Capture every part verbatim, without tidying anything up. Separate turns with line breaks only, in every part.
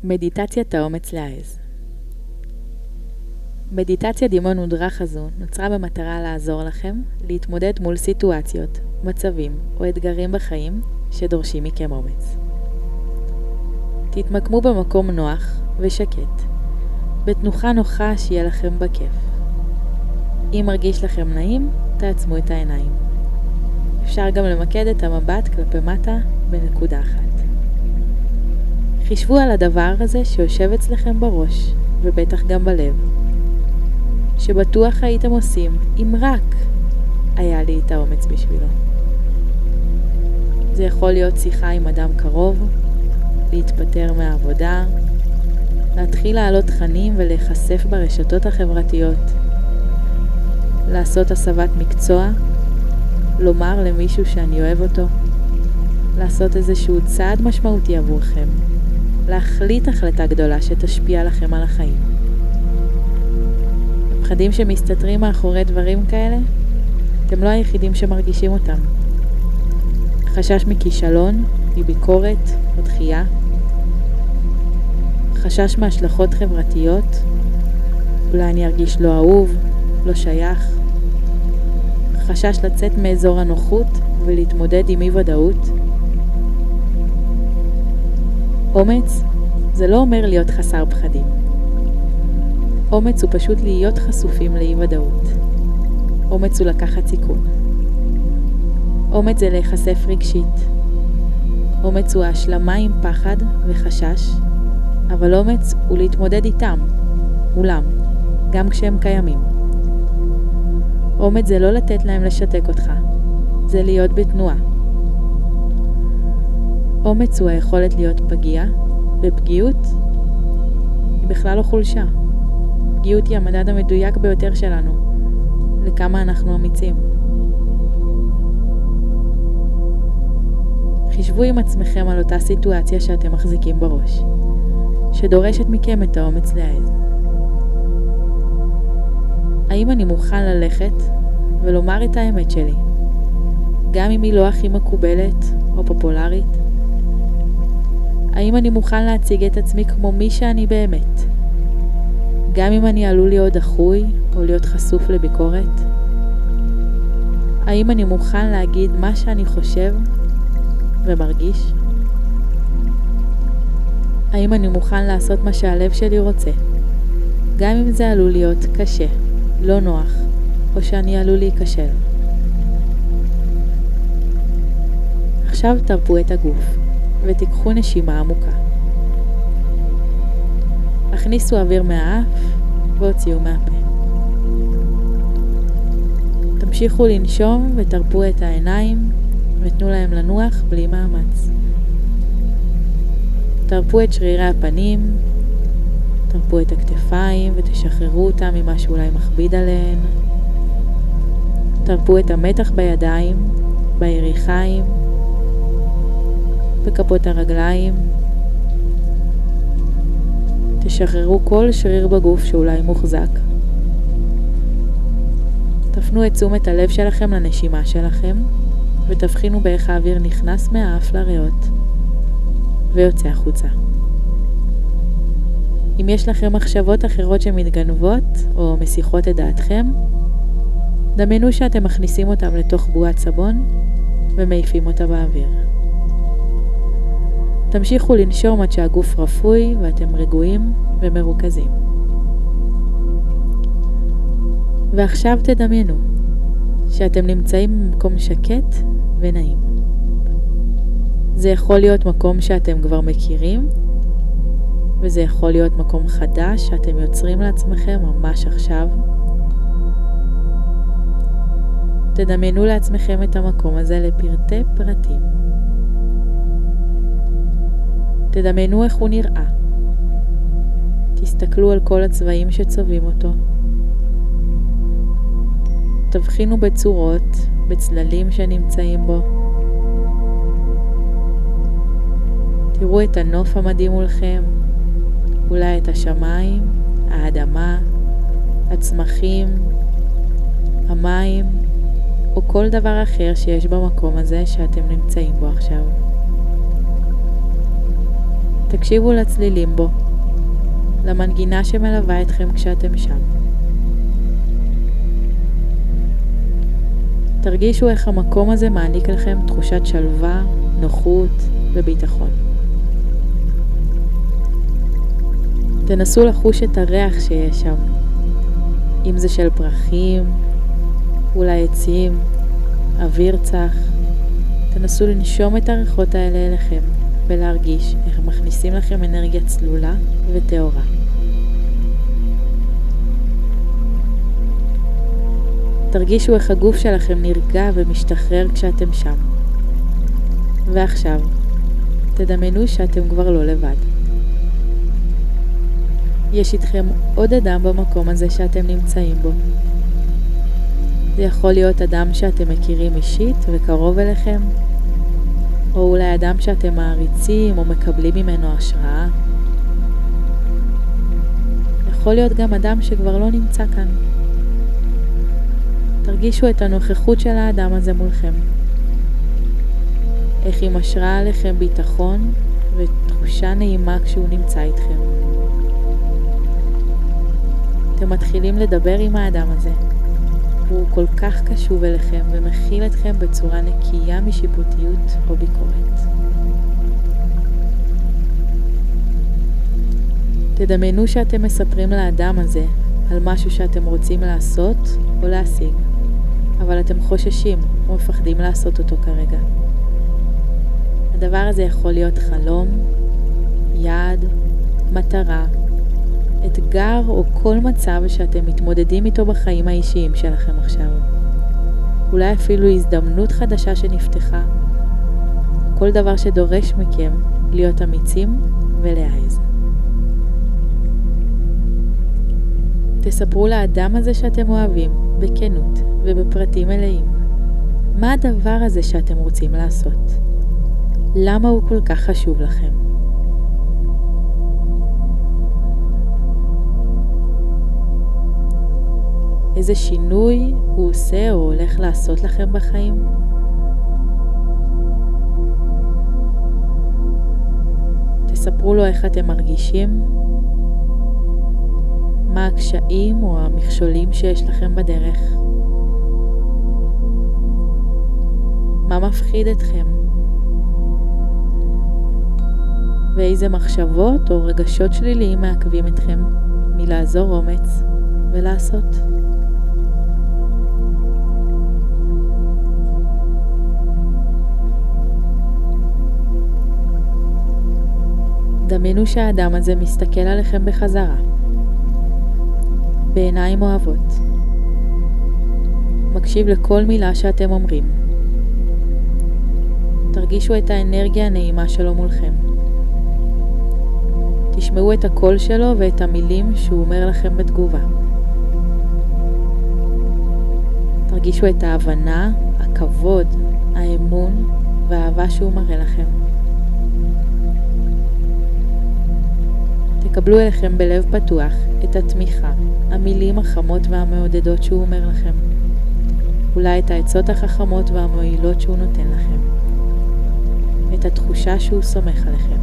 מדיטציית האומץ להעז. מדיטציית דימון מודרך הזו נוצרה במטרה לעזור לכם להתמודד מול סיטואציות, מצבים או אתגרים בחיים שדורשים מכם אומץ. תתמקמו במקום נוח ושקט, בתנוחה נוחה שיהיה לכם בכיף. אם מרגיש לכם נעים, תעצמו את העיניים. אפשר גם למקד את המבט כלפי מטה בנקודה אחת. חישבו על הדבר הזה שיושב אצלכם בראש, ובטח גם בלב, שבטוח הייתם עושים אם רק היה לי את האומץ בשבילו. זה יכול להיות שיחה עם אדם קרוב, להתפטר מהעבודה, להתחיל להעלות תכנים ולהיחשף ברשתות החברתיות, לעשות הסבת מקצוע, לומר למישהו שאני אוהב אותו, לעשות איזשהו צעד משמעותי עבורכם, להחליט החלטה גדולה שתשפיע לכם על החיים. הפחדים שמסתתרים מאחורי דברים כאלה, אתם לא היחידים שמרגישים אותם. חשש מכישלון, מביקורת או דחייה, חשש מהשלכות חברתיות, אולי אני ארגיש לא אהוב, לא שייך, חשש לצאת מאזור הנוחות ולהתמודד עם אי ודאות. אומץ זה לא אומר להיות חסר פחדים. אומץ הוא פשוט להיות חשופים לאי ודאות. אומץ הוא לקחת סיכון. אומץ זה להיחשף רגשית. אומץ הוא ההשלמה עם פחד וחשש, אבל אומץ הוא להתמודד איתם, מולם, גם כשהם קיימים. אומץ זה לא לתת להם לשתק אותך, זה להיות בתנועה. אומץ הוא היכולת להיות פגיע, ופגיעות היא בכלל לא חולשה. פגיעות היא המדד המדויק ביותר שלנו, לכמה אנחנו אמיצים. חישבו עם עצמכם על אותה סיטואציה שאתם מחזיקים בראש, שדורשת מכם את האומץ להעז. האם אני מוכן ללכת ולומר את האמת שלי, גם אם היא לא הכי מקובלת או פופולרית? האם אני מוכן להציג את עצמי כמו מי שאני באמת, גם אם אני עלול להיות דחוי או להיות חשוף לביקורת? האם אני מוכן להגיד מה שאני חושב ומרגיש? האם אני מוכן לעשות מה שהלב שלי רוצה, גם אם זה עלול להיות קשה, לא נוח, או שאני עלול להיכשל? עכשיו תרפו את הגוף ותיקחו נשימה עמוקה. הכניסו אוויר מהאף והוציאו מהפה. תמשיכו לנשום ותרפו את העיניים ותנו להם לנוח בלי מאמץ. תרפו את שרירי הפנים, תרפו את הכתפיים ותשחררו אותם ממה שאולי מכביד עליהן. תרפו את המתח בידיים, ביריחיים, בכפות הרגליים. תשחררו כל שריר בגוף שאולי מוחזק. תפנו את תשומת הלב שלכם לנשימה שלכם, ותבחינו באיך האוויר נכנס מהאף לריאות ויוצא החוצה. אם יש לכם מחשבות אחרות שמתגנבות או מסיחות את דעתכם, דמיינו שאתם מכניסים אותם לתוך בועת סבון ומעיפים אותה באוויר. תמשיכו לנשום עד שהגוף רפוי ואתם רגועים ומרוכזים. ועכשיו תדמיינו שאתם נמצאים במקום שקט ונעים. זה יכול להיות מקום שאתם כבר מכירים, וזה יכול להיות מקום חדש שאתם יוצרים לעצמכם ממש עכשיו. תדמיינו לעצמכם את המקום הזה לפרטי פרטים. תדמיינו איך הוא נראה. תסתכלו על כל הצבעים שצובעים אותו. תבחינו בצורות, בצללים שנמצאים בו. תראו את הנוף המדהים מולכם, אולי את השמיים, האדמה, הצמחים, המים, או כל דבר אחר שיש במקום הזה שאתם נמצאים בו עכשיו. תקשיבו לצלילים בו, למנגינה שמלווה אתכם כשאתם שם. תרגישו איך המקום הזה מעניק לכם תחושת שלווה, נוחות וביטחון. תנסו לחוש את הריח שיש שם, אם זה של פרחים, אולי עצים, אוויר צח. תנסו לנשום את הריחות האלה אליכם ולהרגיש איך הם מכניסים לכם אנרגיה צלולה וטהורה. תרגישו איך הגוף שלכם נרגע ומשתחרר כשאתם שם. ועכשיו, תדמיינו שאתם כבר לא לבד. יש איתכם עוד אדם במקום הזה שאתם נמצאים בו. זה יכול להיות אדם שאתם מכירים אישית וקרוב אליכם, או אולי אדם שאתם מעריצים או מקבלים ממנו השראה. יכול להיות גם אדם שכבר לא נמצא כאן. תרגישו את הנוכחות של האדם הזה מולכם. איך היא משרה עליכם ביטחון ותחושה נעימה כשהוא נמצא איתכם. אתם מתחילים לדבר עם האדם הזה. הוא כל כך קשוב אליכם ומכיל אתכם בצורה נקייה משיפוטיות או ביקורת. תדמיינו שאתם מספרים לאדם הזה על משהו שאתם רוצים לעשות או להשיג, אבל אתם חוששים או מפחדים לעשות אותו כרגע. הדבר הזה יכול להיות חלום, יעד, מטרה, אתגר או כל מצב שאתם מתמודדים איתו בחיים האישיים שלכם עכשיו. אולי אפילו הזדמנות חדשה שנפתחה. כל דבר שדורש מכם להיות אמיצים ולהעז. תספרו לאדם הזה שאתם אוהבים בכנות ובפרטים מלאים. מה הדבר הזה שאתם רוצים לעשות? למה הוא כל כך חשוב לכם? איזה שינוי הוא עושה או הולך לעשות לכם בחיים? תספרו לו איך אתם מרגישים, מה הקשיים או המכשולים שיש לכם בדרך, מה מפחיד אתכם, ואיזה מחשבות או רגשות שליליים מעכבים אתכם מלעזור אומץ ולעשות. דמיינו שהאדם הזה מסתכל עליכם בחזרה, בעיניים אוהבות. מקשיב לכל מילה שאתם אומרים. תרגישו את האנרגיה הנעימה שלו מולכם. תשמעו את הקול שלו ואת המילים שהוא אומר לכם בתגובה. תרגישו את ההבנה, הכבוד, האמון והאהבה שהוא מראה לכם. תקבלו אליכם בלב פתוח את התמיכה, המילים החמות והמעודדות שהוא אומר לכם. אולי את העצות החכמות והמועילות שהוא נותן לכם. את התחושה שהוא סומך עליכם.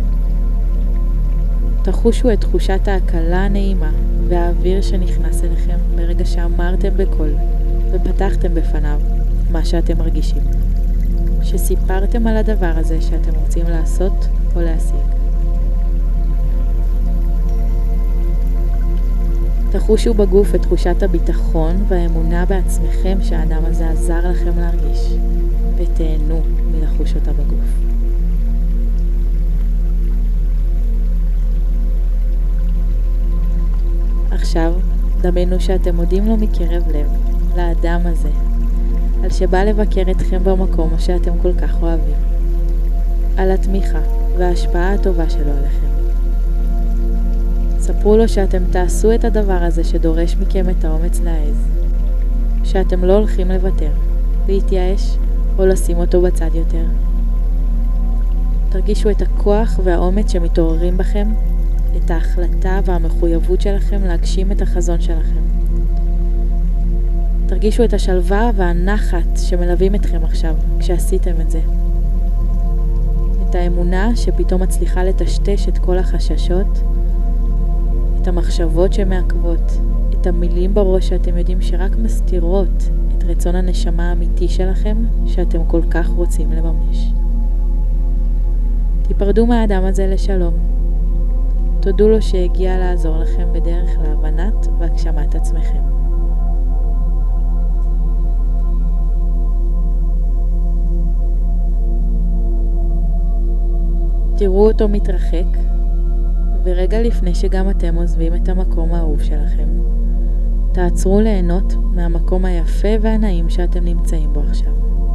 תחושו את תחושת ההקלה הנעימה והאוויר שנכנס אליכם ברגע שאמרתם בקול ופתחתם בפניו מה שאתם מרגישים. שסיפרתם על הדבר הזה שאתם רוצים לעשות או להשיג. תחושו בגוף את תחושת הביטחון והאמונה בעצמכם שהאדם הזה עזר לכם להרגיש, ותהנו מלחוש אותה בגוף. עכשיו דמיינו שאתם מודים לו מקרב לב, לאדם הזה, על שבא לבקר אתכם במקום שאתם כל כך אוהבים, על התמיכה וההשפעה הטובה שלו עליכם. ספרו לו שאתם תעשו את הדבר הזה שדורש מכם את האומץ להעז, שאתם לא הולכים לוותר, להתייאש או לשים אותו בצד יותר. תרגישו את הכוח והאומץ שמתעוררים בכם, את ההחלטה והמחויבות שלכם להגשים את החזון שלכם. תרגישו את השלווה והנחת שמלווים אתכם עכשיו כשעשיתם את זה. את האמונה שפתאום מצליחה לטשטש את כל החששות, את המחשבות שמעכבות, את המילים בראש שאתם יודעים שרק מסתירות את רצון הנשמה האמיתי שלכם שאתם כל כך רוצים לממש. תיפרדו מהאדם הזה לשלום. תודו לו שהגיע לעזור לכם בדרך להבנת והגשמת עצמכם. תראו אותו מתרחק, ורגע לפני שגם אתם עוזבים את המקום האהוב שלכם, תעצרו ליהנות מהמקום היפה והנעים שאתם נמצאים בו עכשיו.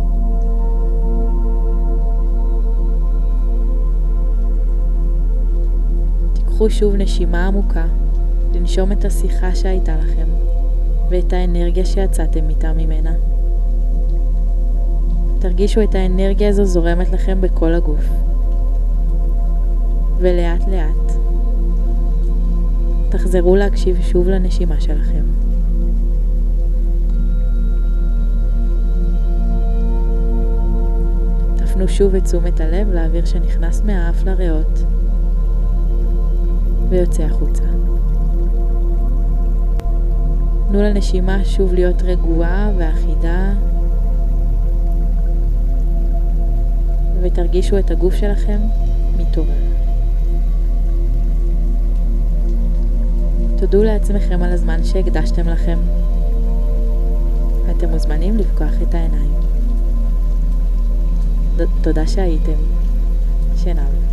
תיקחו שוב נשימה עמוקה, לנשום את השיחה שהייתה לכם, ואת האנרגיה שיצאתם איתה ממנה. תרגישו את האנרגיה הזו זורמת לכם בכל הגוף. ולאט לאט תחזרו להקשיב שוב לנשימה שלכם. תפנו שוב את תשומת הלב לאוויר שנכנס מהאף לריאות ויוצא החוצה. תנו לנשימה שוב להיות רגועה ואחידה, ותרגישו את הגוף שלכם מתעורר. תודו לעצמכם על הזמן שהקדשתם לכם. אתם מוזמנים לפקוח את העיניים. תודה שהייתם. שינה.